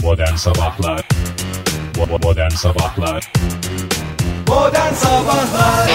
Modern Sabahlar. Modern Sabahlar. Modern Sabahlar.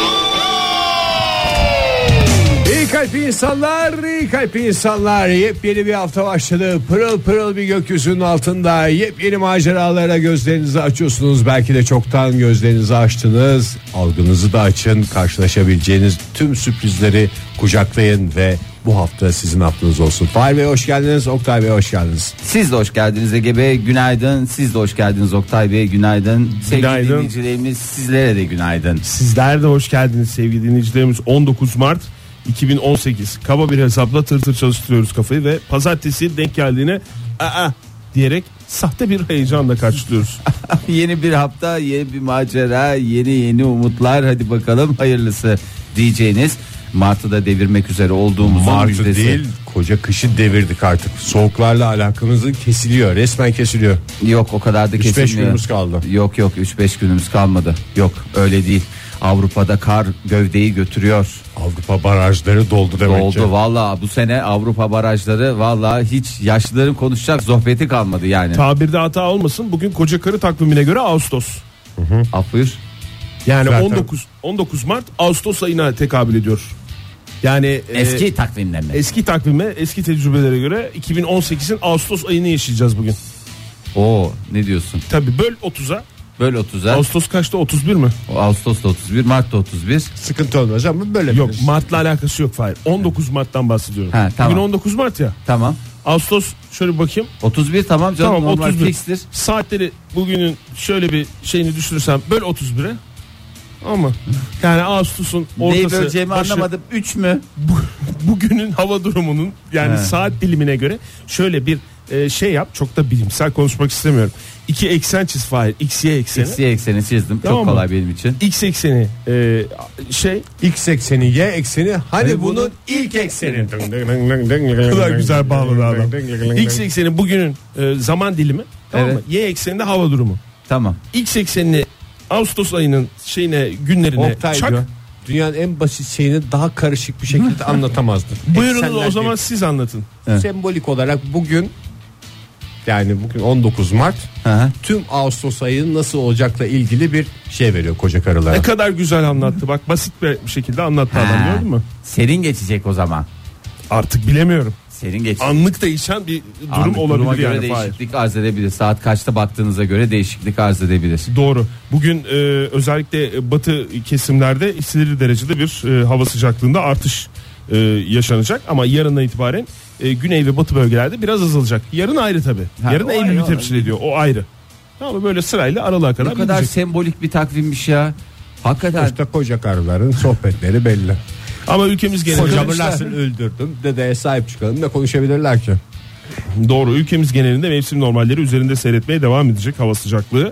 İyi kalpli insanlar, yepyeni bir hafta başladı. Pırıl pırıl bir gökyüzünün altında yepyeni maceralara gözlerinizi açıyorsunuz. Belki de çoktan gözlerinizi açtınız. Algınızı da açın, karşılaşabileceğiniz tüm sürprizleri kucaklayın ve bu hafta sizin haftanız olsun. Fahir Bey hoş geldiniz, Oktay Bey hoş geldiniz. Siz de hoş geldiniz Ege Bey, günaydın. Siz de hoş geldiniz Oktay Bey, günaydın. Sevgili dinleyicilerimiz, sizlere de günaydın. Sizler de hoş geldiniz sevgili dinleyicilerimiz. 19 Mart 2018, kaba bir hesapla tır çalıştırıyoruz kafayı ve pazartesi denk geldiğine diyerek sahte bir heyecanla karşılıyoruz. Yeni bir hafta, yeni bir macera, yeni umutlar, hadi bakalım hayırlısı diyeceğiniz. Mart'ı da devirmek üzere olduğumuzun müjdesi. Mart'ı değil, koca kışı devirdik artık. Soğuklarla alakamızın kesiliyor, resmen kesiliyor. Yok, o kadar da kesilmiyor. 3-5 günümüz kaldı. Yok 3-5 günümüz kalmadı. Yok, öyle değil. Avrupa'da kar gövdeyi götürüyor. Avrupa barajları doldu demek ki. Doldu valla, bu sene Avrupa barajları valla hiç yaşlıların konuşacak sohbeti kalmadı yani. Tabirde hata olmasın, bugün koca karı takvimine göre Ağustos. Afır. Yani zaten 19 Mart Ağustos ayına tekabül ediyor. Yani eski takvimler mi? Eski takvime, eski tecrübelere göre 2018'in Ağustos ayını yaşayacağız bugün. Oo, ne diyorsun? Tabii böl 30'a. Böyle 30'a. Ağustos kaçta, 31 mi? Ağustos'ta 31, Mart'ta 31. Sıkıntı olmaz ama böyle. Yok, Mart'la alakası yok Fahir. 19 Mart'tan bahsediyorum. Ha, tamam. Bugün 19 Mart ya. Tamam. Ağustos şöyle bir bakayım. 31 tamam canım, Tamam, normal 31. fikstir. Saatleri bugünün şöyle bir şeyini düşürürsem böl 31'e. Ama yani Ağustos'un ortası. Neyi böleceğimi anlamadım. 3 mü? Bugünün hava durumunun yani He. saat dilimine göre şöyle bir şey yap. Çok da bilimsel konuşmak istemiyorum. 2 eksen çiz Fahir. X, Y ekseni. X, Y ekseni çizdim. Tamam Çok mı? kolay benim için. X ekseni X ekseni, Y ekseni, hani bunun ilk ekseni. Ne kadar güzel bağladı adam. X ekseni bugünün zaman dilimi, tamam mı? Evet. Y ekseni de hava durumu. Tamam. X eksenini Ağustos ayının günlerine Oktay çak. diyor, dünyanın en basit şeyini daha karışık bir şekilde anlatamazdı. Buyurun o Eksenler zaman değil. siz anlatın. Evet. Sembolik olarak bugün, yani bugün 19 Mart, Hı. tüm Ağustos ayının nasıl olacakla ilgili bir şey veriyor koca karılara. Ne kadar güzel anlattı. Bak, basit bir şekilde anlattı adam, Ha. gördün mü? Serin geçecek o zaman. Artık bilemiyorum. Serin geçecek. Anlık değişen bir durum Anlık duruma olabilir göre yani. Fahir. değişiklik arz edebilir. Saat kaçta baktığınıza göre değişiklik arz edebilir. Doğru. Bugün özellikle batı kesimlerde ileri derecede bir hava sıcaklığında artış yaşanacak. Ama yarından itibaren güney ve batı bölgelerde biraz azalacak. Yarın ayrı tabii. Ha, Yarın o Eylül'ü ayrı, temsil ediyor. O ayrı. Ama böyle sırayla aralığa kadar Ne kadar gidecek. sembolik bir takvimmiş ya. Hakikaten. İşte koca karıların sohbetleri belli. Ama ülkemiz genelinde Kocamı nasıl öldürdüm, dedeye sahip çıkalım, ne konuşabilirler ki? doğru. Ülkemiz genelinde mevsim normalleri üzerinde seyretmeye devam edecek hava sıcaklığı.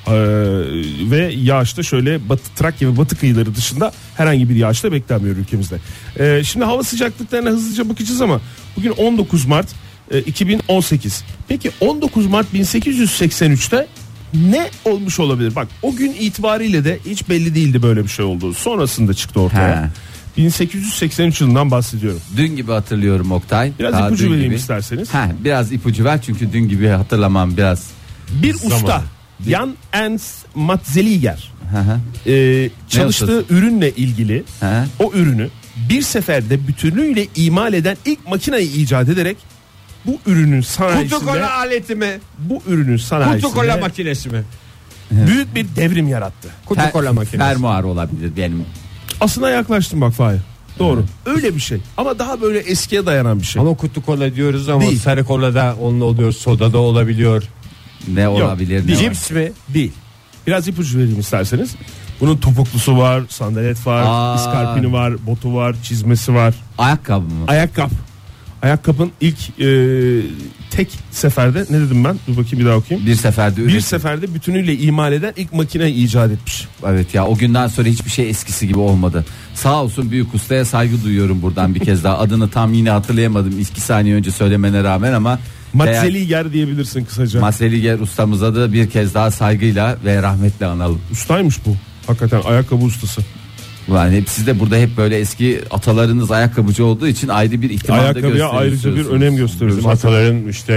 Ve yağışta şöyle Batı Trakya ve Batı kıyıları dışında herhangi bir yağış da beklenmiyor ülkemizde. Şimdi hava sıcaklıklarına hızlıca bakacağız ama bugün 19 Mart 2018. Peki 19 Mart 1883'te ne olmuş olabilir? Bak, o gün itibariyle de hiç belli değildi böyle bir şey olduğu. Sonrasında çıktı ortaya. He. 1883 yılından bahsediyorum. Dün gibi hatırlıyorum Oktay. Biraz Daha ipucu dün vereyim gibi. isterseniz. Biraz ipucu ver çünkü dün gibi hatırlamam biraz. Bir usta, Jan Ernst Matzeliger, Hı hı. çalıştığı ürünle ilgili Hı. o ürünü bir seferde bütünlüğüyle imal eden ilk makineyi icat ederek bu ürünün sanayisinde, Kutu kola aleti mi? bu ürünün Kutu kola sanayisinde makinesi mi? büyük bir devrim yarattı. Kutu kola makinesi. Fermuar olabilir benim. Aslına yaklaştım bak Fahir. Doğru. Öyle bir şey. Ama daha böyle eskiye dayanan bir şey. Ama kutu kola diyoruz ama Değil. sarı kola da onunla oluyor, soda da olabiliyor. Ne olabilir ne değil. var? Cips mi? Değil. Biraz ipucu vereyim isterseniz. Bunun topuklusu var, sandalet var, iskarpini var, botu var, çizmesi var. Ayakkabı mı? Ayakkabı. Ayakkabının ilk tek seferde, ne dedim ben? Dur bakayım, bir daha okuyayım. Bir seferde Bir seferde bütünüyle imal eden ilk makineyi icat etmiş. Evet ya, o günden sonra hiçbir şey eskisi gibi olmadı. Sağ olsun büyük ustaya saygı duyuyorum buradan bir kez daha. Adını tam yine hatırlayamadım 2 saniye önce söylemene rağmen ama Matzeliger diyebilirsin kısaca. Matzeliger ustamıza da bir kez daha saygıyla ve rahmetle analım. Ustaymış bu. Hakikaten ayakkabı ustası. Yani siz de burada hep böyle eski atalarınız ayakkabıcı olduğu için ayrı bir ihtimam da Ayakkabıya ayrıca bir gösteriyorsunuz. önem gösteriyoruz. Bizim ataların işte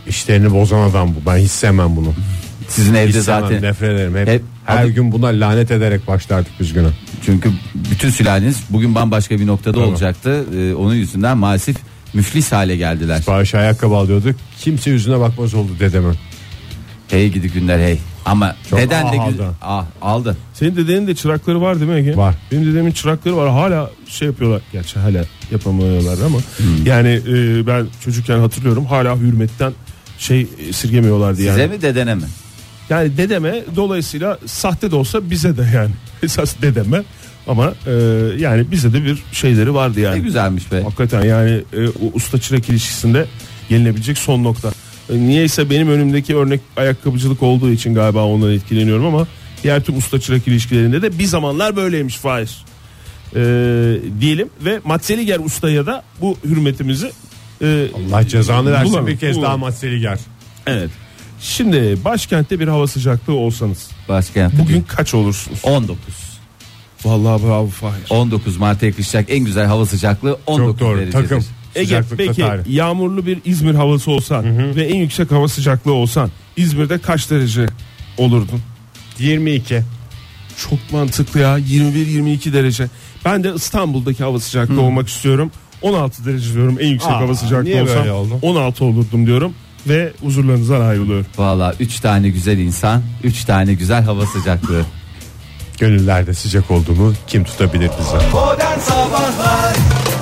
İşlerini bozan adam bu. Ben hiç sevmem bunu. Sizin evde Hiç sevmem, zaten nefret ederim. Hep her adı- gün buna lanet ederek başlardık biz güne. çünkü bütün sülaleniz bugün bambaşka bir noktada Evet. olacaktı. Onun yüzünden maalesef müflis hale geldiler. Bağış ayakkabı alıyorduk. Kimse yüzüne bakmaz oldu dedemin. Hey gidi günler hey. Ama Çok deden de aldı. aldı. Senin dedenin de çırakları var değil mi Ege? Var. Benim dedemin çırakları var. Hala şey yapıyorlar. Gerçi hala yapamıyorlar ama. Yani ben çocukken hatırlıyorum. Hala hürmetten esirgemiyorlardı yani. Size mi dedene mi? Yani dedeme, dolayısıyla sahte de olsa bize de yani. Esas dedeme. Ama yani bize de bir şeyleri vardı Ne yani. güzelmiş be. Hakikaten yani o usta çırak ilişkisinde gelinebilecek son nokta. Niyeyse benim önümdeki örnek ayakkabıcılık olduğu için galiba ondan etkileniyorum ama diğer tüm usta çırak ilişkilerinde de bir zamanlar böyleymiş Fahir. Diyelim ve Matseliger ustaya da bu hürmetimizi Allah cezanı versin bulalım, bir kez bulalım. daha Matseliger. Evet. Şimdi başkentte bir hava sıcaklığı olsanız Başkent. bugün kaç olursunuz? 19. Vallahi bravo Fahir. 19 Mart'a yakışacak en güzel hava sıcaklığı 19 Çok doğru. derecedir. Takım. Ege Sıcaklıkta peki tarih. yağmurlu bir İzmir havası olsan ve en yüksek hava sıcaklığı olsan İzmir'de kaç derece olurdun? 22. Çok mantıklı ya, 21-22 derece. Ben de İstanbul'daki hava sıcaklığı olmak istiyorum. 16 derece diyorum en yüksek hava sıcaklığı niye olsam böyle oldu? 16 olurdum diyorum ve huzurlarınızdan ayrılıyorum. Valla 3 tane güzel insan, 3 tane güzel hava sıcaklığı. Gönüllerde sıcak olduğumu kim tutabilir bize? Modern Sabahlar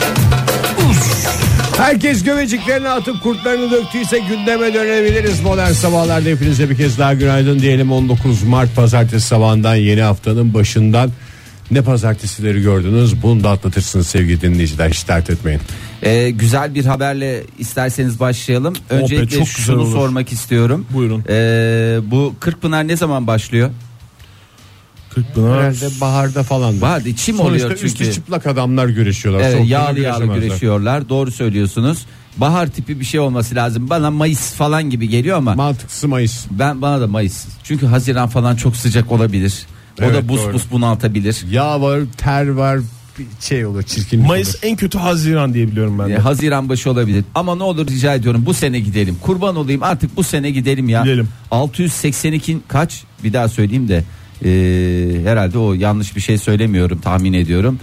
Herkes göbeciklerini atıp kurtlarını döktüyse gündeme dönebiliriz. Modern Sabahlar'da hepinize bir kez daha günaydın diyelim. 19 Mart pazartesi sabahından, yeni haftanın başından. Ne pazartesileri gördünüz, bunu da atlatırsınız sevgili dinleyiciler, hiç dert etmeyin. Güzel bir haberle isterseniz başlayalım. Öncelikle çok güzel şunu olur. sormak istiyorum. Buyurun. Bu Kırkpınar ne zaman başlıyor? Kırkpınar. Herhalde baharda falan. Vardı çim Sonuçta oluyor çünkü. üstü çıplak adamlar güreşiyorlar. Evet, Soğukta yağlı güreşemezler. güreşiyorlar. Doğru söylüyorsunuz. Bahar tipi bir şey olması lazım. Bana Mayıs falan gibi geliyor ama Mantıklısı Mayıs. bana da Mayıs. Çünkü Haziran falan çok sıcak olabilir. O Evet, da buz doğru. buz bunaltabilir. Yağ var, ter var, bir şey olur, çirkinlik Mayıs olur. en kötü Haziran diye biliyorum ben de. Haziran başı olabilir. Ama ne olur rica ediyorum bu sene gidelim. Kurban olayım artık bu sene gidelim ya. Gidelim. 682 kaç? Bir daha söyleyeyim de. Herhalde o yanlış bir şey söylemiyorum, tahmin ediyorum.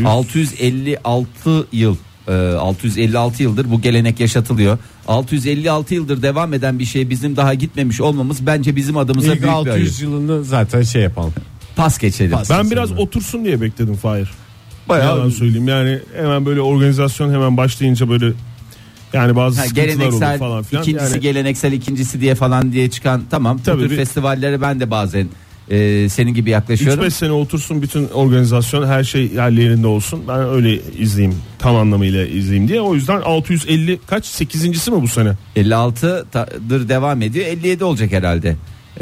656 yıl. 656 yıldır bu gelenek yaşatılıyor. 656 yıldır devam eden bir şey bizim daha gitmemiş olmamız bence bizim adımıza İlk büyük bir ayıp. 600 yılını zaten şey yapalım. Pas geçelim. Ben biraz otursun diye bekledim Fahir. Bayağı Yalan söyleyeyim yani hemen böyle organizasyon hemen başlayınca böyle yani bazı sıkıntılar olur geleneksel falan filan. ikincisi Yani, geleneksel ikincisi diye falan diye çıkan tamam. Bu Tabii tür bir- festivallere ben de bazen senin gibi yaklaşıyorum. 3-5 sene otursun bütün organizasyon her şey yerlerinde olsun. Ben öyle izleyeyim tam anlamıyla izleyeyim diye. O yüzden 650 kaç 8.'si mi bu sene? 56'dır devam ediyor. 57 olacak herhalde.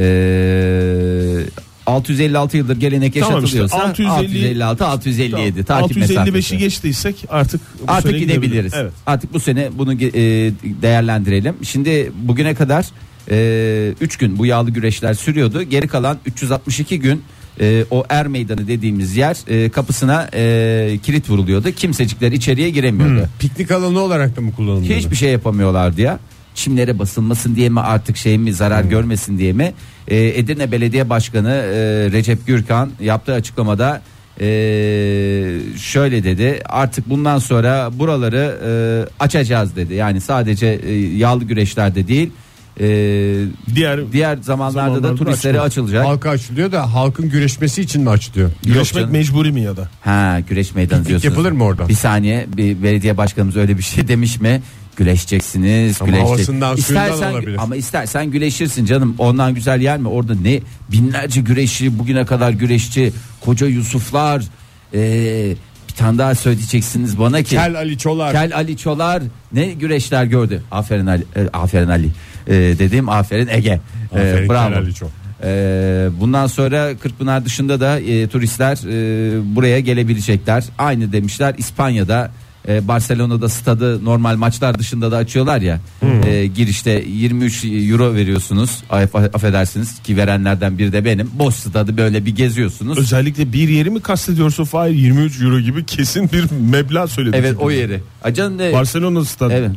656 yıldır gelenek Tamam işte, yaşatılıyorsa 650 656 657 takip 655'i mesafesi. geçtiysek artık bu Artık sene gidebiliriz. Evet. Artık bu sene bunu değerlendirelim. Şimdi bugüne kadar 3 gün bu yağlı güreşler sürüyordu. Geri kalan 362 gün o er meydanı dediğimiz yer kapısına kilit vuruluyordu. Kimsecikler içeriye giremiyordu. Piknik alanı olarak da mı kullanılıyor? Hiçbir şey yapamıyorlardı ya. Çimlere basılmasın diye mi artık şey mi zarar görmesin diye mi? Edirne Belediye Başkanı Recep Gürkan yaptığı açıklamada şöyle dedi. Artık bundan sonra buraları açacağız dedi. Yani sadece yağlı güreşlerde değil. Diğer zamanlarda da turistlere açılacak. Halka açılıyor da halkın güreşmesi için mi açılıyor? Güreşmek canım. mecburi mi ya da? Ha, güreş meydanı Piknik diyorsunuz. yapılır mı orada? Bir saniye, bir belediye başkanımız öyle bir şey demiş mi? Güleşeceksiniz, Ama havasından, suyundan İstersen, olabilir. ama istersen güleşirsin canım. Ondan güzel yer mi? Orada ne binlerce güreşçi, bugüne kadar güreşçi, koca Yusuflar, bir tane daha söyleyeceksiniz bana ki. Kel Ali Çolar. Kel Ali Çolar ne güreşler gördü. Aferin Ali, aferin Ali. Dediğim aferin Ege. Aferin Bravo. Kel Ali Çol. Bundan sonra Kırkpınar dışında da turistler buraya gelebilecekler. Aynı demişler İspanya'da Barcelona'da stadı normal maçlar dışında da açıyorlar ya. Girişte 23 euro veriyorsunuz. Affedersiniz ki verenlerden biri de benim. Boş stadı böyle bir geziyorsunuz. Özellikle bir yeri mi kastediyorsun Fahir? 23 euro gibi kesin bir meblağ söyledin. Evet, o yeri. Barcelona stadı. Evet,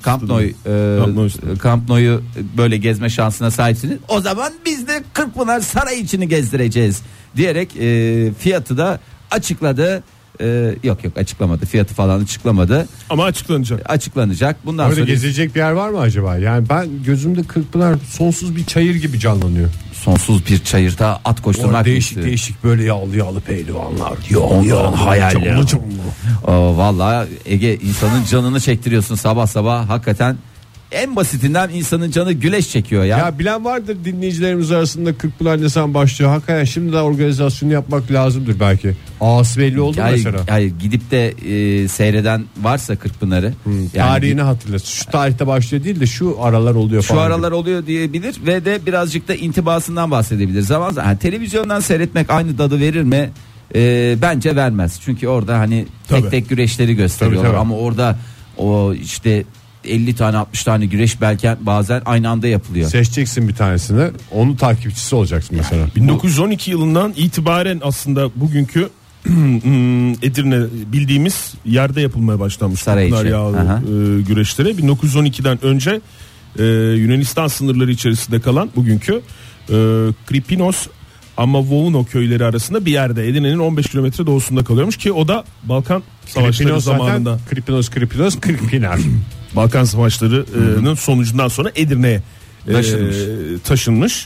Camp Nou'yu böyle gezme şansına sahipsiniz. O zaman biz de Kırkpınar Saray içini gezdireceğiz diyerek fiyatı da açıkladı. Yok açıklamadı, fiyatı falan açıklamadı Ama açıklanacak. Bundan Orada sonra gezecek bir yer var mı acaba? Yani ben gözümde Kırkpınar sonsuz bir çayır gibi canlanıyor. sonsuz bir çayırda at koşturmak değişik böyle yağlı pehlivanlar. Onların hayalleri. Vallahi Ege, insanın canını çektiriyorsun sabah sabah, hakikaten. En basitinden insanın canı güleş çekiyor ya. Ya bilen vardır dinleyicilerimiz arasında Kırkpınar ne zaman başlıyor. Hakikaten şimdi de organizasyonu yapmak lazımdır belki. Ağası belli oldu mesela. Hayır, gidip de seyreden varsa Kırkpınar'ı. Yani tarihini hatırlasın. Şu tarihte başlıyor değil de şu aralar oluyor falan. Şu aralar oluyor diyebilir ve de birazcık da intibasından bahsedebilir. Zaman zaman televizyondan seyretmek aynı tadı verir mi? Bence vermez. Çünkü orada hani tek güreşleri gösteriyorlar. Tabii. Ama orada o işte 50 tane 60 tane güreş belki bazen aynı anda yapılıyor. Seçeceksin bir tanesini, onun takipçisi olacaksın mesela. 1912 yılından itibaren aslında bugünkü Edirne bildiğimiz yerde yapılmaya başlanmış Kırkpınar yağlı güreşleri. 1912'den önce Yunanistan sınırları içerisinde kalan bugünkü Kripinos Amavouno köyleri arasında bir yerde, Edirne'nin 15 kilometre doğusunda kalıyormuş ki o da Balkan Savaşları zamanında. Kripinos Kırkpınar. Balkan Savaşları'nın sonucundan sonra Edirne'ye taşınmış.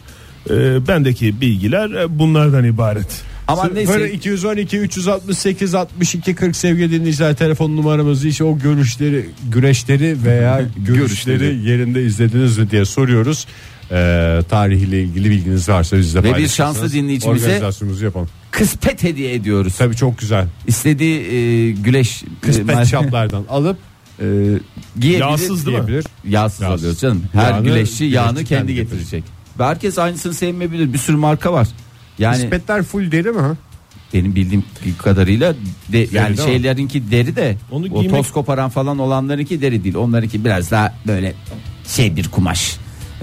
Bendeki bilgiler bunlardan ibaret. Ama neyse. 212 368 62 40 sevgili dinleyiciler, telefon numaramızı, işte o güreşleri veya görüşleri yerinde izlediniz mi diye soruyoruz. Tarihiyle ilgili bilginiz varsa bizle paylaşın. Ve bir şanslı dinleyicimize kısmet hediye ediyoruz. Tabii, çok güzel. İstediği güleş kısmet şaplardan alıp giyebilir. Yağsız değil mi? Yağsız alıyoruz canım. Her güleşçi yağını kendi getirecek. Ve herkes aynısını sevmeyebilir. Bir sürü marka var. Yani kısmetler full deri mi ha? Benim bildiğim kadarıyla yani şeylerinki deri de onu o toz koparan falan olanlarınki deri değil. Onlarınki biraz daha böyle bir kumaş.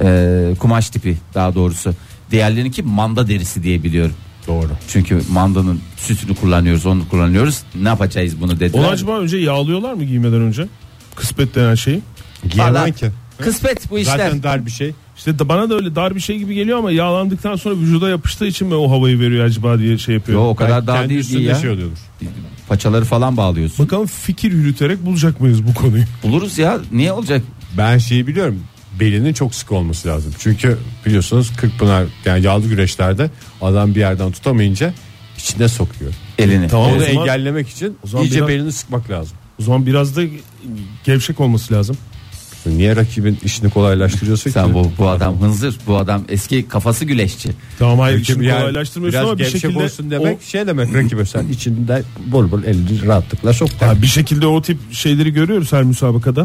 Kumaş tipi daha doğrusu. Diğerlerinki manda derisi diye biliyorum. Doğru. Çünkü mandanın sütünü kullanıyoruz, onu kullanıyoruz. Ne yapacağız bunu dediler. Onu acaba önce yağlıyorlar mı giymeden önce? Kısmet denen şeyi. Giyemem ki. Kısmet bu işler. Zaten dar bir şey. İşte bana da öyle dar bir şey gibi geliyor ama yağlandıktan sonra vücuda yapıştığı için mi o havayı veriyor acaba diye şey yapıyor. Yo, o kadar dar değil ya. Paçaları falan bağlıyorsun. Bakalım fikir yürüterek bulacak mıyız bu konuyu? Buluruz ya, niye olacak? Ben şeyi biliyorum. Belinin çok sık olması lazım. Çünkü biliyorsunuz Kırkpınar yani yağlı güreşlerde adam bir yerden tutamayınca içine sokuyor. Elini. Tamam, onu engellemek için iyice belini sıkmak lazım. O zaman biraz da gevşek olması lazım. Niye rakibin işini kolaylaştırıyorsun ki? Sen bu adam hınzır, bu adam eski kafası güleşçi. Tamam, hayır, işini kolaylaştırmıyorsun ama bir şekilde olsun demek demek rakibe sen içinde bol elini rahatlıkla sok. Bir şekilde o tip şeyleri görüyoruz her müsabakada.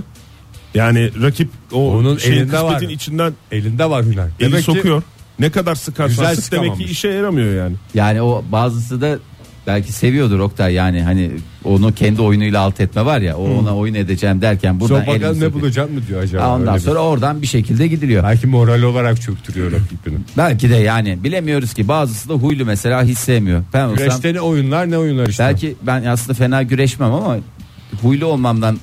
Yani rakip onun elinde var. içinden elinde var hüner. Eli sokuyor. Ne kadar sıkarsan sık demek ki işe yaramıyor yani. Yani o bazısı da belki seviyordur Oktay, yani hani onu kendi oyunuyla alt etme var ya, ona oyun edeceğim derken buradan elini bakalım ne bulacağım mı diyor acaba. Ondan sonra oradan bir şekilde gidiliyor. Belki moral olarak çöktürüyor rakibini. Belki de, yani bilemiyoruz ki, bazısı da huylu mesela, hiç sevmiyor. Güreşte ne oyunlar işte. Belki ben aslında fena güreşmem ama huylu olmamdan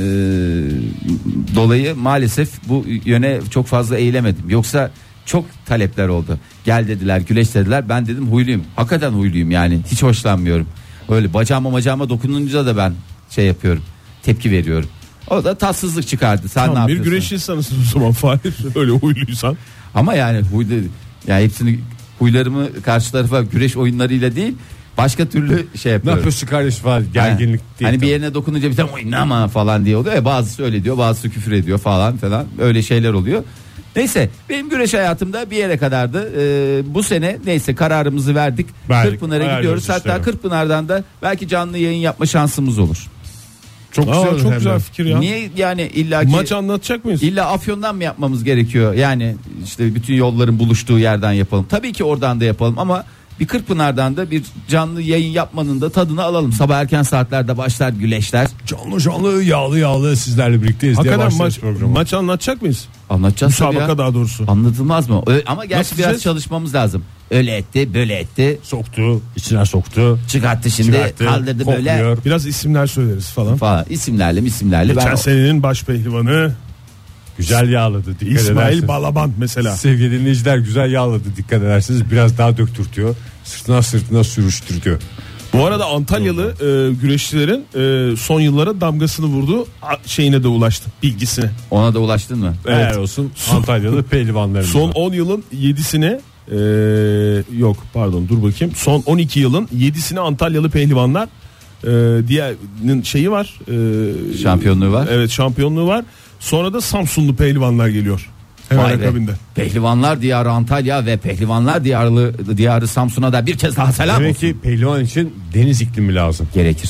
dolayı maalesef bu yöne çok fazla eğilemedim. Yoksa çok talepler oldu. Gel dediler, güreş dediler. Ben dedim huyluyum. Hakikaten huyluyum yani. Hiç hoşlanmıyorum. Öyle bacağıma dokununca da ben şey yapıyorum. Tepki veriyorum. O da tatsızlık çıkardı. Sen ne yapıyorsun? Bir güreş insanısın o zaman Fahir. Öyle huyluysan. Ama yani huylu, yani hepsini, huylarımı karşı tarafa güreş oyunlarıyla değil, başka türlü şey yapıyorum. Ne yapıyorsun kardeş falan, gerginlik değil. Hani bir yerine dokununca bir tane oynama falan diye oluyor ya, bazısı öyle diyor, bazısı küfür ediyor falan öyle şeyler oluyor. Neyse, benim güreş hayatımda bir yere kadardı. Bu sene neyse kararımızı verdik. Kırkpınar'a gidiyoruz. Hatta Kırkpınar'dan da belki canlı yayın yapma şansımız olur. Çok güzel fikir ya. Niye yani illaki maç anlatacak mıyız? İlla Afyon'dan mı yapmamız gerekiyor? Yani işte bütün yolların buluştuğu yerden yapalım. Tabii ki oradan da yapalım ama Bir Kırkpınar'dan da bir canlı yayın yapmanın da tadını alalım. Sabah erken saatlerde başlar güleşler. Canlı yağlı sizlerle birlikteyiz diye Hakikaten başlarız maç anlatacak mıyız? Anlatacağız tabii Müsabaka ya. daha doğrusu. Anlatılmaz mı? Ama gerçi Nasıl biraz diyeceğiz? çalışmamız lazım. Öyle etti, böyle etti. Soktu, içine soktu. Çıkarttı şimdi, Çıkarttı, kaldırdı böyle kokluyor. Biraz isimler söyleriz falan. falan. İsimlerle. Geçen Ben senenin baş pehlivanı Güzel yağladı, dikkat İsmail edersiniz. Balaban mesela. Sevgili dinleyiciler, güzel yağladı, dikkat edersiniz. Biraz daha döktürtüyor. Sırtına sürüştürtüyor. Bu arada Antalyalı güreşçilerin son yıllara damgasını vurduğu şeyine de ulaştı, bilgisine. ona da ulaştın mı? Evet. Eğer olsun Antalyalı pehlivanlarımız. Son 10 yılın 7'sine yok pardon dur bakayım. Son 12 yılın 7'sine Antalyalı pehlivanlar diğerinin şeyi var. Şampiyonluğu var. Evet, şampiyonluğu var. Sonra da Samsunlu pehlivanlar geliyor. Hemen Vay be. akabinde. Pehlivanlar diyarı Antalya ve pehlivanlar diyarı Samsun'a da bir kez daha selam Demek olsun. ki pehlivan için deniz iklimi lazım. Gerekir.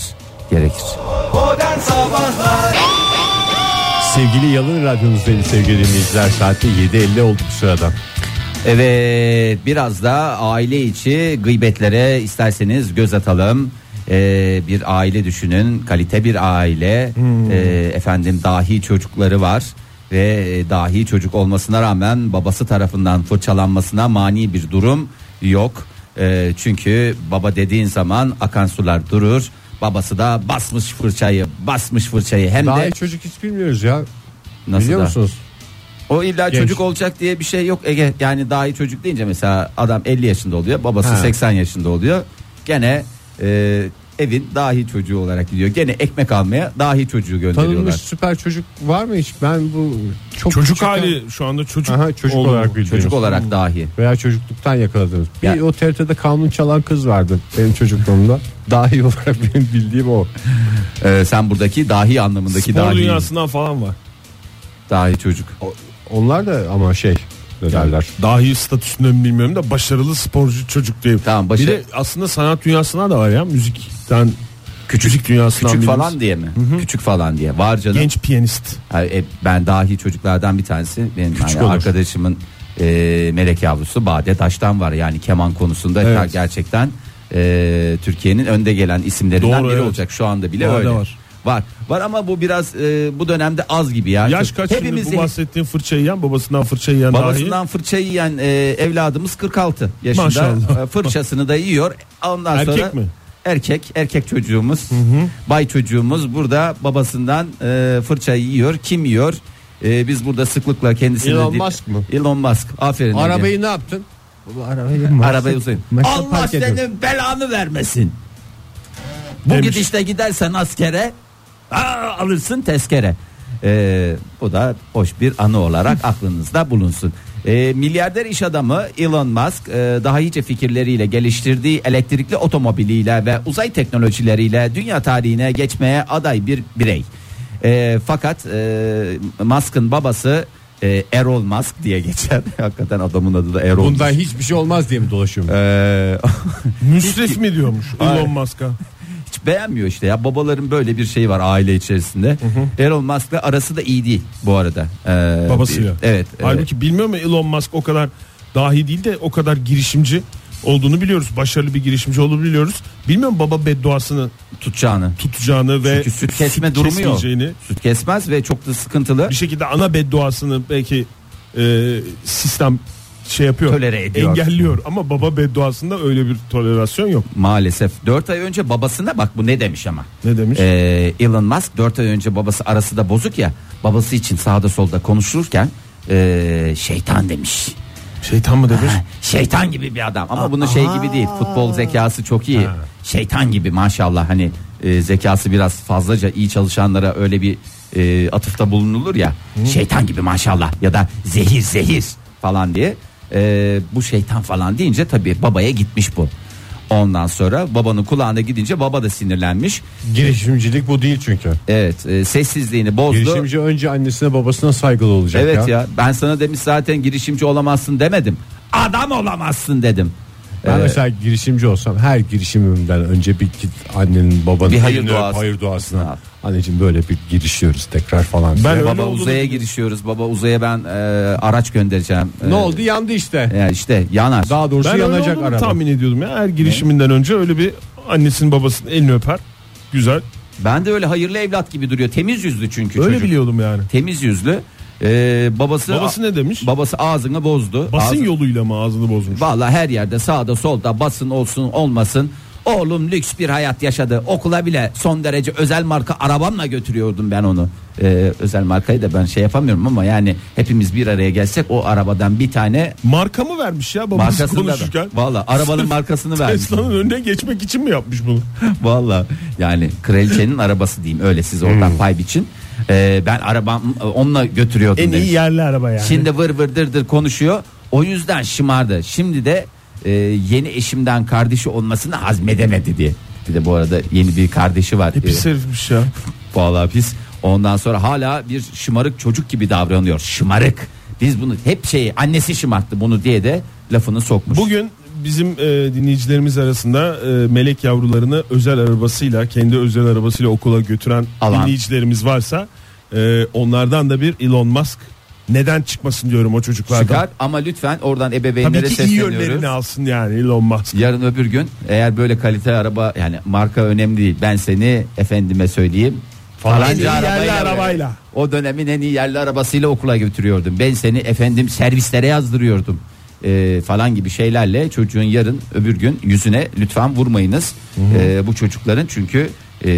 Modern Sabahlar. Sevgili Yalın Radyonuzdayız sevgili dinleyiciler. Saatte 7:50 oldu bu sırada. Evet, biraz da aile içi gıybetlere isterseniz göz atalım. Bir aile düşünün, kalite bir aile. Efendim, dahi çocukları var ve dahi çocuk olmasına rağmen babası tarafından fırçalanmasına mani bir durum yok. Çünkü baba dediğin zaman akan sular durur. Babası da basmış fırçayı hem Daha de çocuk hiç bilmiyoruz ya. nasıl Biliyor da? musunuz? O illa Genç. çocuk olacak diye bir şey yok Ege. Yani dahi çocuk deyince mesela adam 50 yaşında oluyor, babası Ha. 80 yaşında oluyor. Gene evin dahi çocuğu olarak gidiyor. Gene ekmek almaya dahi çocuğu gönderiyorlar. Tanınmış süper çocuk var mı hiç? Ben bu çok Çocuk küçükken- hali şu anda çocuk. Aha, çocuk oldu olarak mu? bildiğimiz. Çocuk olarak dahi. Veya çocukluktan yakaladınız. Bir Ya- o TRT'de kanun çalan kız vardı benim çocukluğumda. Dahi olarak benim bildiğim o. Sen buradaki dahi anlamındaki Spor dahi. dünyasından falan var. Dahi çocuk. Onlar da ama ne derler. Dahi statüsünde mi bilmiyorum da başarılı sporcu çocuk diye. Tamam, Bir de aslında sanat dünyasına da var ya, müzikten müzik dünyasından Küçük bildiğimiz. falan diye mi? Küçük falan diye. Var canım. Genç piyanist. Ben dahi çocuklardan bir tanesi. Benim Küçük hani olur. arkadaşımın melek yavrusu Bade Taş'tan var. Yani keman konusunda Evet. gerçekten Türkiye'nin önde gelen isimlerinden Doğru, biri evet. olacak. Şu anda bile Bade öyle. var. Var ama bu biraz bu dönemde az gibi ya. Yaş kaç şimdi Hepimizi bu bahsettiğin fırçayı yiyen, babasından fırçayı yiyen babasından fırçayı yiyen evladımız 46 yaşında. Maşallah. Fırçasını da yiyor. Ondan Erkek sonra mi? Erkek çocuğumuz. Bay çocuğumuz burada babasından fırçayı yiyor. Kim yiyor? Biz burada sıklıkla kendisini Elon Musk mı? Elon Musk. Aferin. Ege. Arabayı ne yaptın? Arabayı uzayın. Allah park ediyorum. senin belanı vermesin. Bu Demiş. gidişte gidersen askere alırsın tezkere. Bu da hoş bir anı olarak aklınızda bulunsun. Milyarder iş adamı Elon Musk daha iyice fikirleriyle geliştirdiği elektrikli otomobiliyle ve uzay teknolojileriyle dünya tarihine geçmeye aday bir birey. Fakat Musk'ın babası Errol Musk diye geçer. Hakikaten adamın adı da Errol. Bundan hiçbir şey olmaz diye mi dolaşıyorum? Müsrif mi diyormuş Elon Musk'a? Hiç beğenmiyor işte ya, babaların böyle bir şeyi var aile içerisinde. Elon Musk'la arası da iyi değil bu arada. Babasıyla. Evet. Halbuki bilmiyor mu Elon Musk o kadar dahi değil de o kadar girişimci olduğunu biliyoruz. Başarılı bir girişimci olduğunu biliyoruz. Bilmiyor mu baba bedduasını tutacağını ve Çünkü süt kesme durumu yok. kesmeyeceğini. Süt kesmez ve çok da sıkıntılı. Bir şekilde ana bedduasını belki sistem şey yapıyor. Tolere ediyor. Engelliyor ama baba bedduasında öyle bir tolerasyon yok. Maalesef 4 ay önce babasına bak bu ne demiş ama. Ne demiş? Elon Musk 4 ay önce babası arası da bozuk ya, babası için sağda solda konuşurken şeytan demiş. Şeytan mı demiş? Şeytan gibi bir adam ama bunun şey gibi değil, futbol zekası çok iyi. Şeytan gibi maşallah, hani zekası biraz fazlaca iyi çalışanlara öyle bir atıfta bulunulur ya. Şeytan gibi maşallah ya da zehir falan diye. Bu şeytan falan deyince tabii babaya gitmiş bu. Ondan sonra babanın kulağına gidince baba da sinirlenmiş. Girişimcilik bu değil çünkü. Evet, sessizliğini bozdu. Girişimci önce annesine babasına saygılı olacak Evet ya, ben sana demiş zaten girişimci olamazsın demedim. Adam olamazsın dedim. Ben mesela girişimci olsam her girişimimden önce bir git annenin babanın Bir hayır elini duası. öp, hayır duasına. Ha. Anneciğim böyle bir girişiyoruz tekrar falan. Ben öyle Baba olduğunu uzaya biliyorum. girişiyoruz. Baba uzaya ben araç göndereceğim. Ne oldu? Yandı işte. Yani işte yanar. Daha doğrusu Ben öyle yanacak olduğunu araba. tahmin ediyordum ya. Her girişiminden önce öyle bir annesinin babasının elini öper. Güzel. Ben de öyle hayırlı evlat gibi duruyor. Temiz yüzlü çünkü Öyle çocuk. biliyordum yani. Temiz yüzlü. Babası Ne demiş? Babası ağzını bozdu. Basın yoluyla mı ağzını bozmuş? Vallahi her yerde sağda solda basın olsun olmasın. Oğlum lüks bir hayat yaşadı. Okula bile son derece özel marka arabamla götürüyordum ben onu. Özel markayı da ben şey yapamıyorum ama yani hepimiz bir araya gelsek o arabadan bir tane Marka mı vermiş ya babası markasını da. konuşurken? Vallahi arabanın markasını vermiş. Tesla'nın önüne geçmek için mi yapmış bunu? Vallahi yani kraliçenin arabası diyeyim öyle siz oradan pay biçin. Ben arabam onunla götürüyordum. En iyi demiş. yerli araba yani. Şimdi vır vır dır konuşuyor. O yüzden şımardı. Şimdi de yeni eşimden kardeşi olmasını hazmedemedi diye. Bir de bu arada yeni bir kardeşi var. Pis herifmiş ya. Vallahi pis. Ondan sonra hala bir şımarık çocuk gibi davranıyor. Şımarık. Biz bunu hep annesi şımarttı bunu diye de lafını sokmuş. Bugün bizim dinleyicilerimiz arasında melek yavrularını özel arabasıyla, kendi özel arabasıyla okula götüren dinleyicilerimiz varsa onlardan da bir Elon Musk neden çıkmasın diyorum o çocuklardan. Çıkar ama lütfen oradan ebeveynlere Tabii ki iyi sesleniyoruz. yönlerini alsın yani Elon Musk. Yarın öbür gün eğer böyle kalite araba yani marka önemli değil. Ben seni efendime söyleyeyim En iyi yerli arabayla. O dönemin en iyi yerli arabasıyla okula götürüyordum. Ben seni efendim servislere yazdırıyordum. Falan gibi şeylerle çocuğun yarın öbür gün yüzüne lütfen vurmayınız. Bu çocukların çünkü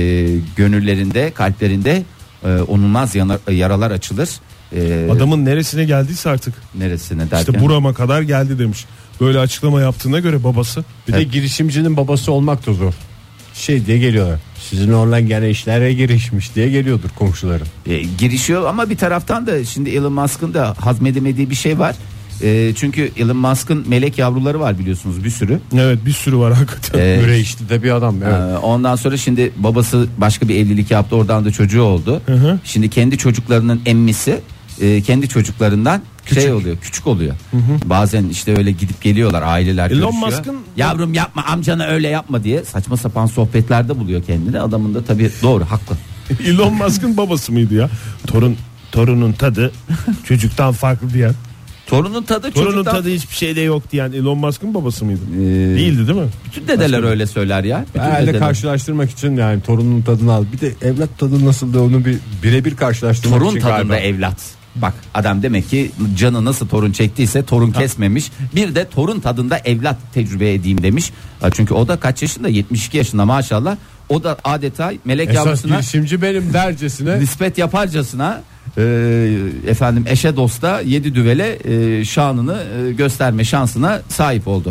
gönüllerinde kalplerinde onulmaz yaralar açılır. Adamın neresine geldiyse artık. Neresine derken? İşte burama kadar geldi demiş. Böyle açıklama yaptığına göre babası. Bir de girişimcinin babası olmak da zor. Şey diye geliyorlar. Sizin oğlan gene işlere girişmiş diye geliyordur komşuların. Girişiyor ama bir taraftan da şimdi Elon Musk'ın da hazmedemediği bir şey var. Çünkü Elon Musk'ın melek yavruları var biliyorsunuz bir sürü. Evet bir sürü var hakikaten. Yüreğişli de bir adam. Evet. Ondan sonra şimdi babası başka bir evlilik yaptı oradan da çocuğu oldu. Hı. Şimdi kendi çocuklarının emmisi kendi çocuklarından küçük oluyor, küçük oluyor. Bazen işte öyle gidip geliyorlar aileler Elon görüşüyor. Musk'ın Yavrum yapma amcana öyle yapma diye saçma sapan sohbetlerde buluyor kendini. Adamın da tabii doğru haklı. Elon Musk'ın babası mıydı ya? Torunun tadı çocuktan farklı diyen. Torunun tadı Torunun çocuktan... tadı hiçbir şeyde yok diyen Elon Musk'ın babası mıydı? Değildi değil mi? Bütün dedeler öyle söyler ya. Bütün Herhalde dedeler. karşılaştırmak için yani torunun tadını al. Bir de evlat tadı nasıl da onu birebir karşılaştırmak Torun için tadında galiba. evlat. Bak adam demek ki canı nasıl torun çektiyse torun kesmemiş. Bir de torun tadında evlat tecrübe edeyim demiş. Çünkü o da kaç yaşında? 72 yaşında maşallah. O da adeta melek Esas yavrusuna girişimci benim dercesine. nispet yaparcasına efendim eşe dosta 7 düvele şanını gösterme şansına sahip oldu.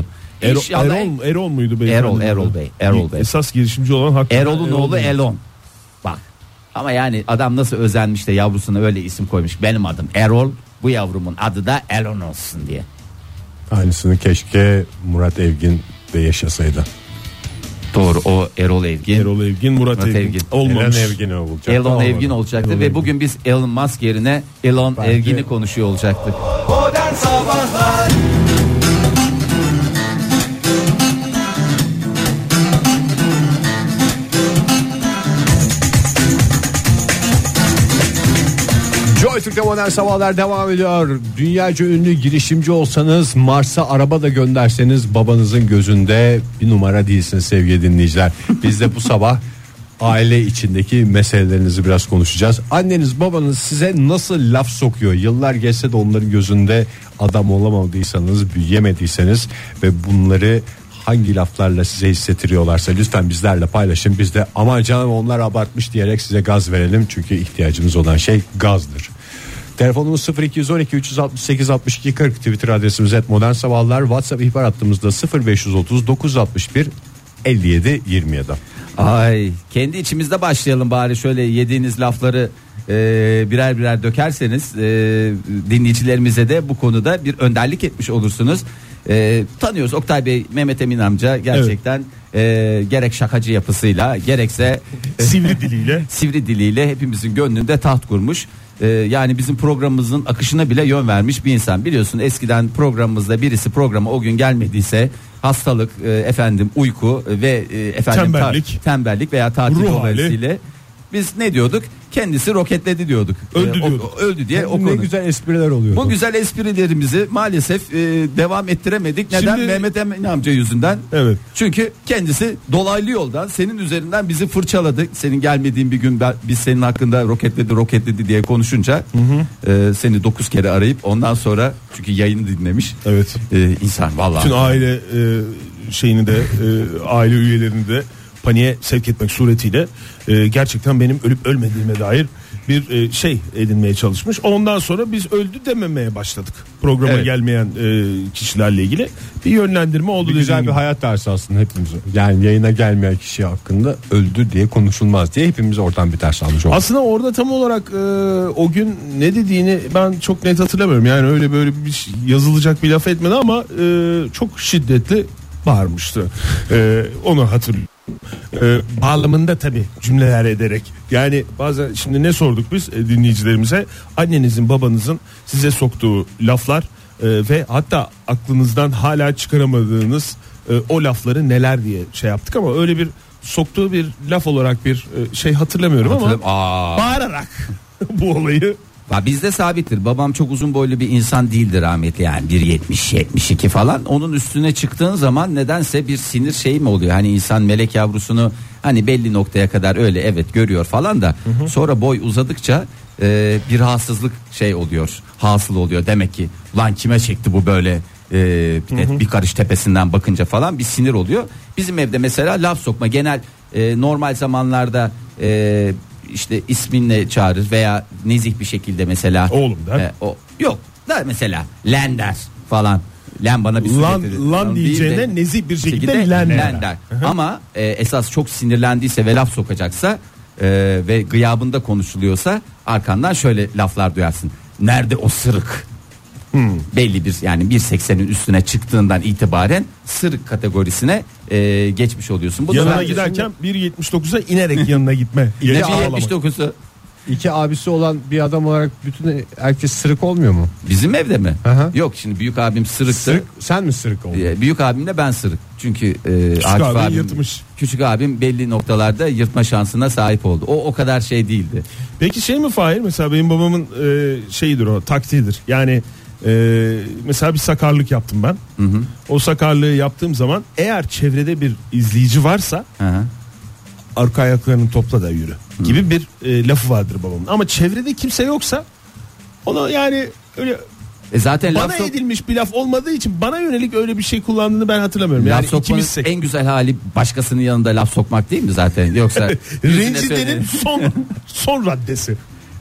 Erol muydu beyefendi? Erol Bey. Esas girişimci olan hakikaten Erol'un oğlu Elon. Bak. Ama yani adam nasıl özenmiş de yavrusuna öyle isim koymuş. Benim adım Erol, bu yavrumun adı da Elon olsun diye. Aynısını keşke Murat Evgin de yaşasaydı. Doğru, o Erol Evgin. Erol Evgin, Murat Evgin. Olmamış. Elon Evgin olacaktı. Elon Evgin olacaktı Elon ve Evgin. bugün biz Elon Musk yerine Elon Bence- Evgin'i konuşuyor olacaktık. Modern Sabahlar. Joy Türk'te modern sabahlar devam ediyor. Dünyaca ünlü girişimci olsanız, Mars'a araba da gönderseniz babanızın gözünde bir numara değilsiniz sevgili dinleyiciler. Biz de bu sabah aile içindeki meselelerinizi biraz konuşacağız. Anneniz babanız size nasıl laf sokuyor? Yıllar geçse de onların gözünde adam olamadıysanız, büyüyemediyseniz ve bunları hangi laflarla size hissettiriyorlarsa lütfen bizlerle paylaşın. Biz de aman canım onlar abartmış diyerek size gaz verelim. Çünkü ihtiyacımız olan şey gazdır. Telefonumuz 0212 368 62 40, Twitter adresimiz @modernsabahlar, WhatsApp ihbar hattımızda 0530 961 57 27. Ay, kendi içimizde başlayalım bari, şöyle yediğiniz lafları birer birer dökerseniz dinleyicilerimize de bu konuda bir önderlik etmiş olursunuz. Tanıyoruz Oktay Bey, Mehmet Emin amca gerçekten gerek şakacı yapısıyla gerekse sivri diliyle hepimizin gönlünde taht kurmuş. Yani bizim programımızın akışına bile yön vermiş bir insan. Biliyorsun eskiden programımızda birisi programa o gün gelmediyse hastalık, efendim uyku ve efendim tembellik veya tatil dolayısıyla biz ne diyorduk? Kendisi roketledi diyorduk. Öldü diye o ne güzel espriler oluyor. Bu güzel esprilerimizi maalesef devam ettiremedik. Neden? Şimdi, Mehmet Emin amca yüzünden. Evet. Çünkü kendisi dolaylı yoldan senin üzerinden bizi fırçaladı. Senin gelmediğin bir gün biz senin hakkında roketledi diye konuşunca seni 9 kere arayıp ondan sonra çünkü yayını dinlemiş. Evet. İnsan vallahi. Bütün aile şeyini de aile üyelerini de paniğe sevk etmek suretiyle gerçekten benim ölüp ölmediğime dair bir şey edinmeye çalışmış. Ondan sonra biz öldü dememeye başladık. Programa gelmeyen kişilerle ilgili bir yönlendirme oldu. Güzel bir hayat dersi aslında hepimize. Yani yayına gelmeyen kişi hakkında öldü diye konuşulmaz diye hepimiz oradan bir ders almış olduk. Aslında orada tam olarak o gün ne dediğini ben çok net hatırlamıyorum. Yani öyle böyle bir yazılacak bir laf etmedi ama çok şiddetli bağırmıştı. Onu hatırlıyorum. Bağlamında tabi cümleler ederek. Yani bazen şimdi ne sorduk biz dinleyicilerimize? Annenizin babanızın size soktuğu laflar ve hatta aklınızdan hala çıkaramadığınız o lafları neler diye şey yaptık ama öyle bir soktuğu bir laf olarak bir şey hatırlamıyorum ama bağırarak bu olayı. Bizde sabittir. Babam çok uzun boylu bir insan değildir rahmetli, yani 1.70-72 falan. Onun üstüne çıktığın zaman nedense bir sinir şey mi oluyor? Hani insan melek yavrusunu hani belli noktaya kadar öyle evet görüyor falan da sonra boy uzadıkça bir rahatsızlık şey oluyor, hasıl oluyor. Demek ki lan kime çekti bu böyle bir karış tepesinden bakınca falan bir sinir oluyor. Bizim evde mesela laf sokma genel normal zamanlarda işte isminle çağırır veya nezih bir şekilde mesela oğlum der. Yok der mesela len der falan. Len bana bir lan diyeceğine nezih bir şekilde len der. Ama esas çok sinirlendiyse ve laf sokacaksa ve gıyabında konuşuluyorsa arkandan şöyle laflar duyarsın. Nerede o sırık? Belli bir yani 1.80'in üstüne çıktığından itibaren sırık kategorisine geçmiş oluyorsun. Bu yanına giderken 1.79'a inerek yanına gitme. Ne 1.79'u? İki abisi olan bir adam olarak bütün herkes sırık olmuyor mu? Bizim evde mi? Aha. Yok, şimdi büyük abim sırıktı. Sen mi sırık oldun? Büyük abimle ben sırık. Çünkü küçük abim yırtmış. Küçük abim belli noktalarda yırtma şansına sahip oldu. O kadar şey değildi. Peki şey mi Fahir? Mesela benim babamın şeyidir o, taktiğidir. Yani mesela bir sakarlık yaptım ben. O sakarlığı yaptığım zaman eğer çevrede bir izleyici varsa arka ayaklarını topla da yürü gibi bir lafı vardır babamın. Ama çevrede kimse yoksa ona yani öyle zaten bana edilmiş bir laf olmadığı için bana yönelik öyle bir şey kullandığını ben hatırlamıyorum. Yani ikimiz en güzel hali başkasının yanında laf sokmak değil mi zaten? Yoksa rencidenin son raddesi.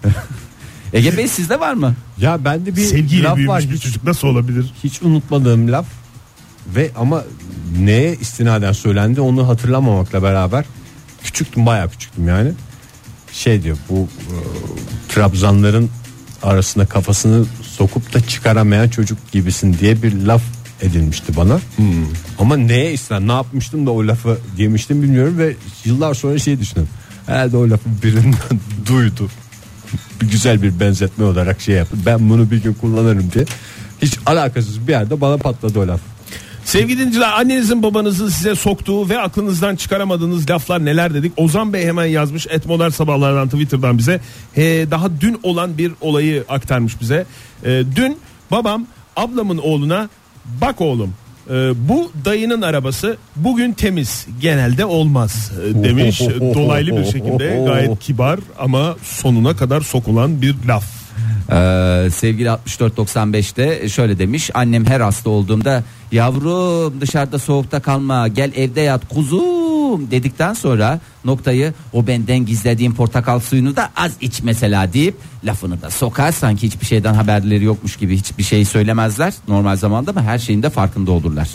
Ege Bey sizde var mı? Ya bende bir sevgiyle laf var. Bir çocuk nasıl olabilir? Hiç unutmadığım laf ve ama neye istinaden söylendi onu hatırlamamakla beraber küçüktüm, bayağı küçüktüm yani. Şey diyor, bu Trabzanların arasına kafasını sokup da çıkaramayan çocuk gibisin diye bir laf edilmişti bana. Ama neye istinaden, ne yapmıştım da o lafı diyemiştim bilmiyorum ve yıllar sonra şey düşündüm. Herhalde o lafı birinden duydu. Güzel bir benzetme olarak şey yaptı. Ben bunu bir gün kullanırım diye. Hiç alakasız bir yerde bana patladı o laf. Sevgili dinleyiciler, annenizin babanızın size soktuğu ve aklınızdan çıkaramadığınız laflar neler dedik. Ozan Bey hemen yazmış @modern sabahlardan Twitter'dan bize. Daha dün olan bir olayı aktarmış bize. Dün babam ablamın oğluna bak oğlum bu dayının arabası bugün temiz, genelde olmaz demiş. Dolaylı bir şekilde gayet kibar ama sonuna kadar sokulan bir laf. Sevgili 6495'te şöyle demiş: annem her hasta olduğumda yavrum dışarıda soğukta kalma, gel evde yat kuzum dedikten sonra noktayı o benden gizlediğim portakal suyunu da az iç mesela deyip lafını da sokar, sanki hiçbir şeyden haberleri yokmuş gibi hiçbir şey söylemezler normal zamanda ama her şeyin de farkında olurlar.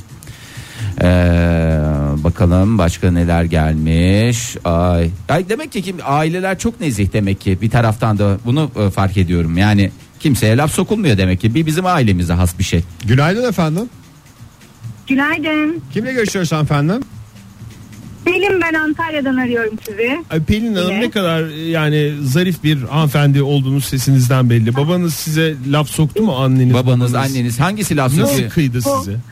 Bakalım başka neler gelmiş. Ay demek ki aileler çok nezih demek ki, bir taraftan da bunu fark ediyorum. Yani kimseye laf sokulmuyor demek ki, bir bizim ailemize has bir şey. Günaydın efendim. Günaydın. Kimle görüşüyoruz efendim? Pelin, ben Antalya'dan arıyorum sizi. Pelin Hanım, ne kadar yani zarif bir hanımefendi olduğunuz sesinizden belli. Babanız size laf soktu mu, anneniz? Babanız, anneniz hangisi laf sokuyor? Nasıl kıydı size?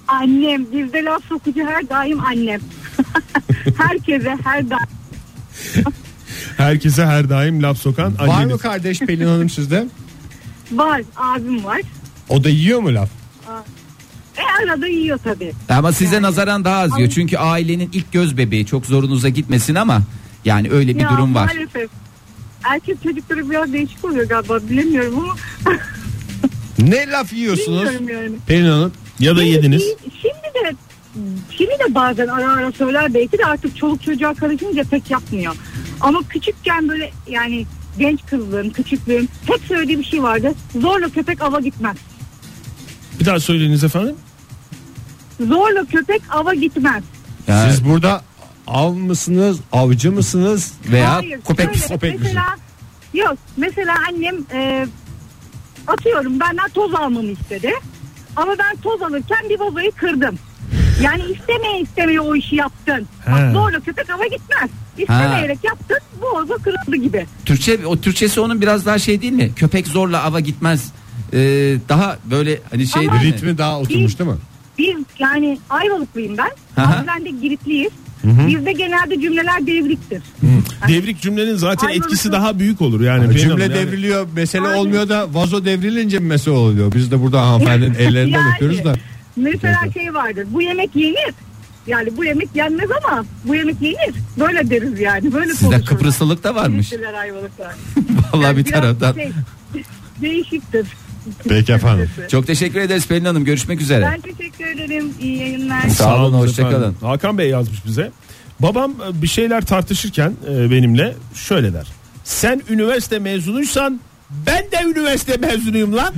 Annem. Bizde laf sokucu her daim annem. Herkese her daim. Herkese her daim laf sokan Var anneniz. mı kardeş Pelin Hanım sizde? Var. Abim var. O da yiyor mu laf? Arada yiyor tabii. Ama size nazaran daha az yiyor. Çünkü ailenin ilk göz bebeği, çok zorunuza gitmesin ama yani öyle bir durum var. Maalesef. Erkek çocukları biraz değişik oluyor galiba, bilemiyorum ama. Ne laf yiyorsunuz Bilmiyorum yani. Pelin Hanım? Ya da yediniz. Şimdi de bazen ara söyler, belki de artık çoluk çocuğa karışınca pek yapmıyor. Ama küçükken böyle yani genç kızlığım, küçüklüğüm hep söylediği bir şey vardı. Zorla köpek ava gitmez. Bir daha söyleyiniz efendim. Zorla köpek ava gitmez. Yani, Siz burada av mısınız, avcı mısınız? veya Hayır, köpek şöyle, köpek mesela annem atıyorum benden toz almamı istedi. Ama ben toz alırken bir vazoyu kırdım. Yani istemeye o işi yaptın. Bak, zorla köpek ava gitmez. İstemeyerek yaptın, bu vazo kırıldı gibi. Türkçesi onun biraz daha şey değil mi? Köpek zorla ava gitmez. Daha böyle hani şey Ama- değil mi? Ritmi daha oturmuş değil mi? Biz yani Ayvalıklıyım ben. Aha. Aslen de Giritliyiz. Bizde genelde cümleler devriktir. Devrik cümlenin zaten Ayvalık'ın- etkisi daha büyük olur yani. Pelin Cümle Hanım, yani devriliyor, mesele Aynen. olmuyor da vazo devrilince mi mesele oluyor? Biz de burada hanımefendinin ellerinden Yani, öpüyoruz da. Mesela şey vardır. Bu yemek yenir. Yani bu yemek yenmez ama bu yemek yenir. Böyle deriz yani. Böyle Sizde konuşurlar. Kıbrıslılık da varmış. Giritliler, Ayvalıklar. Vallahi bir biraz taraftan. Değişiktir. Peki efendim. Çok teşekkür ederiz Pelin Hanım. Görüşmek üzere. Ben teşekkür ederim. İyi yayınlar. Sağ olun, efendim. hoşçakalın. Hakan Bey yazmış bize. Babam bir şeyler tartışırken benimle şöyle der. Sen üniversite mezunuysan ben de üniversite mezunuyum lan.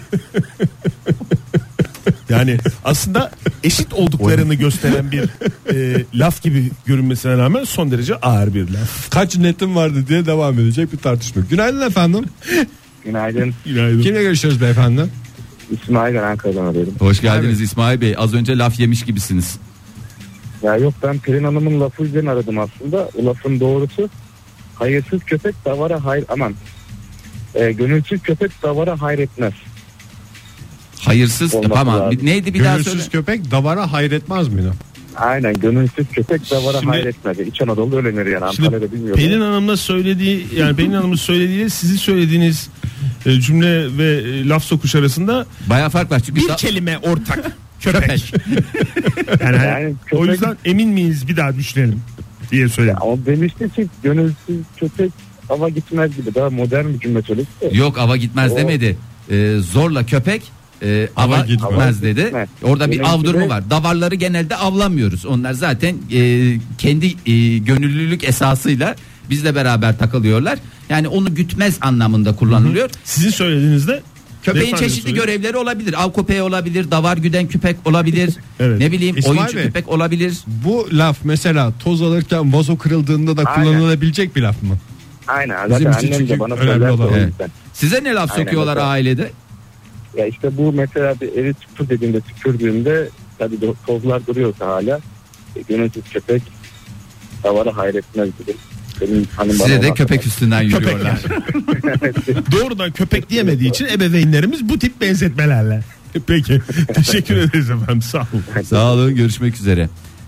Yani aslında eşit olduklarını gösteren bir laf gibi görünmesine rağmen son derece ağır bir laf. Kaç netim vardı diye devam edecek bir tartışma. Günaydın efendim. Günaydın. Günaydın. Kimle görüşüyoruz beyefendi? İsmail, ben Ankara'dan arıyorum. Hoş geldiniz İsmail Bey. Az önce laf yemiş gibisiniz. Ya yok, ben Pelin Hanım'ın lafı üzerine aradım aslında. O lafın doğrusu hayırsız köpek davara hayır gönülsüz köpek davara hayretmez. Hayırsız. Olması Tamam. lazım. Neydi bir daha söyle. Gönülsüz köpek davara hayretmez miydi? Aynen, gönülsüz köpek davara Şimdi- hayretmez. İç Anadolu'da öyle denir yani, Şimdi Antalya'da bilmiyorum. Pelin Hanım'la söylediği, yani Pelin Hanım'ın söylediğiyle sizin söylediğiniz cümle ve laf sokuş arasında Bayağı fark var. Çünkü bir kelime ortak. Köpek. Yani, Yani o köpek- yüzden emin miyiz, bir daha düşünelim diye söyledim. Ama demişti ki gönülsüz köpek ava gitmez gibi, daha modern bir cümle söyledi. Yok, ava gitmez O- demedi. Zorla köpek ava gitmez. gitmez dedi. gitmez. Orada bir Benimki av durumu de- var. Davarları genelde avlamıyoruz. Onlar zaten kendi gönüllülük esasıyla bizle beraber takılıyorlar. Yani onu gütmez anlamında kullanılıyor. Sizin söylediğinizde Köpeğin beyefendi çeşitli söyledi. görevleri olabilir. Av köpeği olabilir, davar güden köpek olabilir. Evet. Ne bileyim, İsmail oyuncu Bey. köpek olabilir. Bu laf mesela toz alırken vazo kırıldığında da Aynen. kullanılabilecek bir laf mı? Aynen, Bizim zaten için annem çünkü de bana önemli söyler. olan. o Evet. yüzden. Size ne laf Aynen, sokuyorlar mesela. ailede? Ya işte bu mesela bir evi tüpür dediğimde, tükürdüğümde tabii tozlar duruyorsa hala gönülsüz köpek davara hayretmez gibi. Benim hanım bana Size de ona- köpek üstünden yürüyorlar. Doğrudan köpek diyemediği için ebeveynlerimiz bu tip benzetmelerle. Peki. Teşekkür ederiz efendim. Sağ olun. Sağ olun, görüşmek üzere.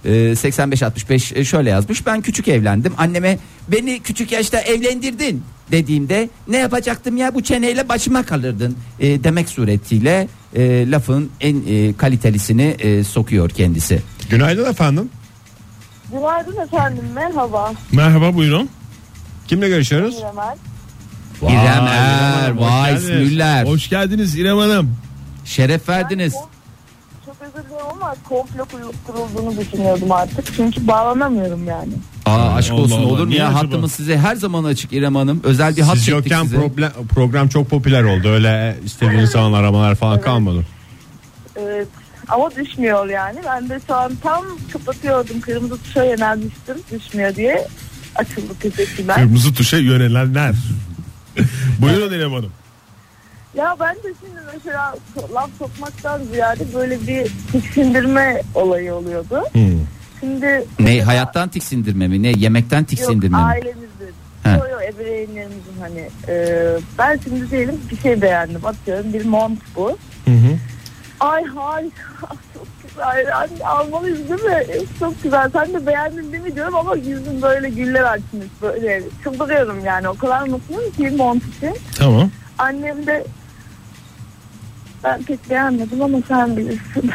8565 şöyle yazmış. Ben küçük evlendim. Anneme beni küçük yaşta evlendirdin dediğimde ne yapacaktım ya, bu çeneyle başıma kalırdın demek suretiyle lafın en kalitelisini sokuyor kendisi. Günaydın efendim. Günaydın efendim, merhaba. Merhaba, buyurun. Kimle görüşüyoruz? Emel. İrem Hanım, hoş vay geldiniz. Müller. Hoş geldiniz İrem Hanım. Şeref verdiniz. Çok özür dilerim ama komplo kurulduğunu düşünüyordum artık. Çünkü bağlanamıyorum yani. Aşk Allah olsun, Allah, olur mu niye ya? acaba? Hattımız size her zaman açık İrem Hanım. Özel bir hat Siz çektik yokken size. program çok popüler oldu. Öyle istediğiniz zaman aramalar falan kalmadı. Evet. Ama düşmüyor yani. Ben de şu an tam kapatıyordum. Kırmızı tuşa yönelmiştim. Düşmüyor diye. Açıldı, teşekkürler. Kırmızı tuşa yönelenler. Buyurun İrem Hanım. Ya ben de şimdi mesela laf sokmaktan ziyade böyle bir tiksindirme olayı oluyordu. Şimdi Ne, mesela- hayattan tiksindirme mi? Ne, yemekten tiksindirme Yok, mi? ailemizin. He. Yok ebeveynlerimizin hani. Ben şimdi diyelim bir şey beğendim. Atıyorum bir mont bu. Ay harika. Çok güzel. Yani almalıyız değil mi? Çok güzel. Sen de beğendin değil mi diyorum ama yüzüm böyle güller açmış. Böyle çıldırıyorum yani. O kadar mutluyum ki mont için. Tamam. Annem de ben pek beğenmedim ama sen bilirsin.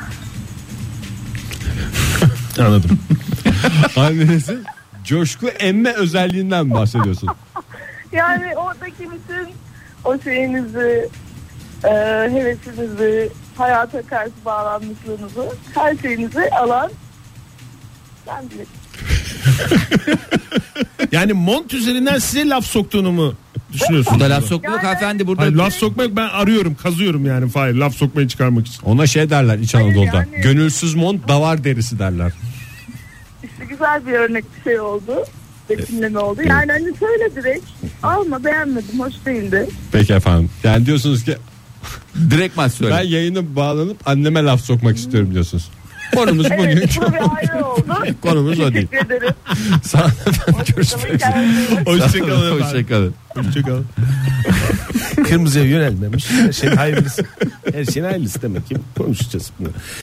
Anladım. Annenizin coşku emme özelliğinden mi bahsediyorsun? Yani oradaki bütün o şeyinizi, hevesinizi, hayata karşı bağlanmışlığınızı, her şeyinizi alan ben bilirim. Yani mont üzerinden size laf soktuğunu mu düşünüyorsunuz? Burada laf sokma yok Yani- hanımefendi, burada Hayır, laf sokma yok, ben arıyorum, kazıyorum yani Fahir, laf sokmayı çıkarmak için. Ona şey derler İç Anadolu'da. yani- Gönülsüz mont davar derisi derler. İşte güzel bir örnek bir şey oldu. Betimleme oldu. Yani hani söyle direkt alma, beğenmedim, hoş değildi. Peki efendim. Yani diyorsunuz ki direktman söyle. ben yayına bağlanıp anneme laf sokmak istiyorum diyorsunuz. Konumuz bugün Evet, bu bir ayrı oldu. Konumuz o değil. Teşekkür ederim. Sağ olun efendim. Görüşmek üzere. Hoşçakalın efendim. Hoşçakalın. Hoşçakalın. Kırmızıya yönelmemiş. Her şeyin hayırlısı. Her şeyin hayırlısı demek ki konuşacağız bunu.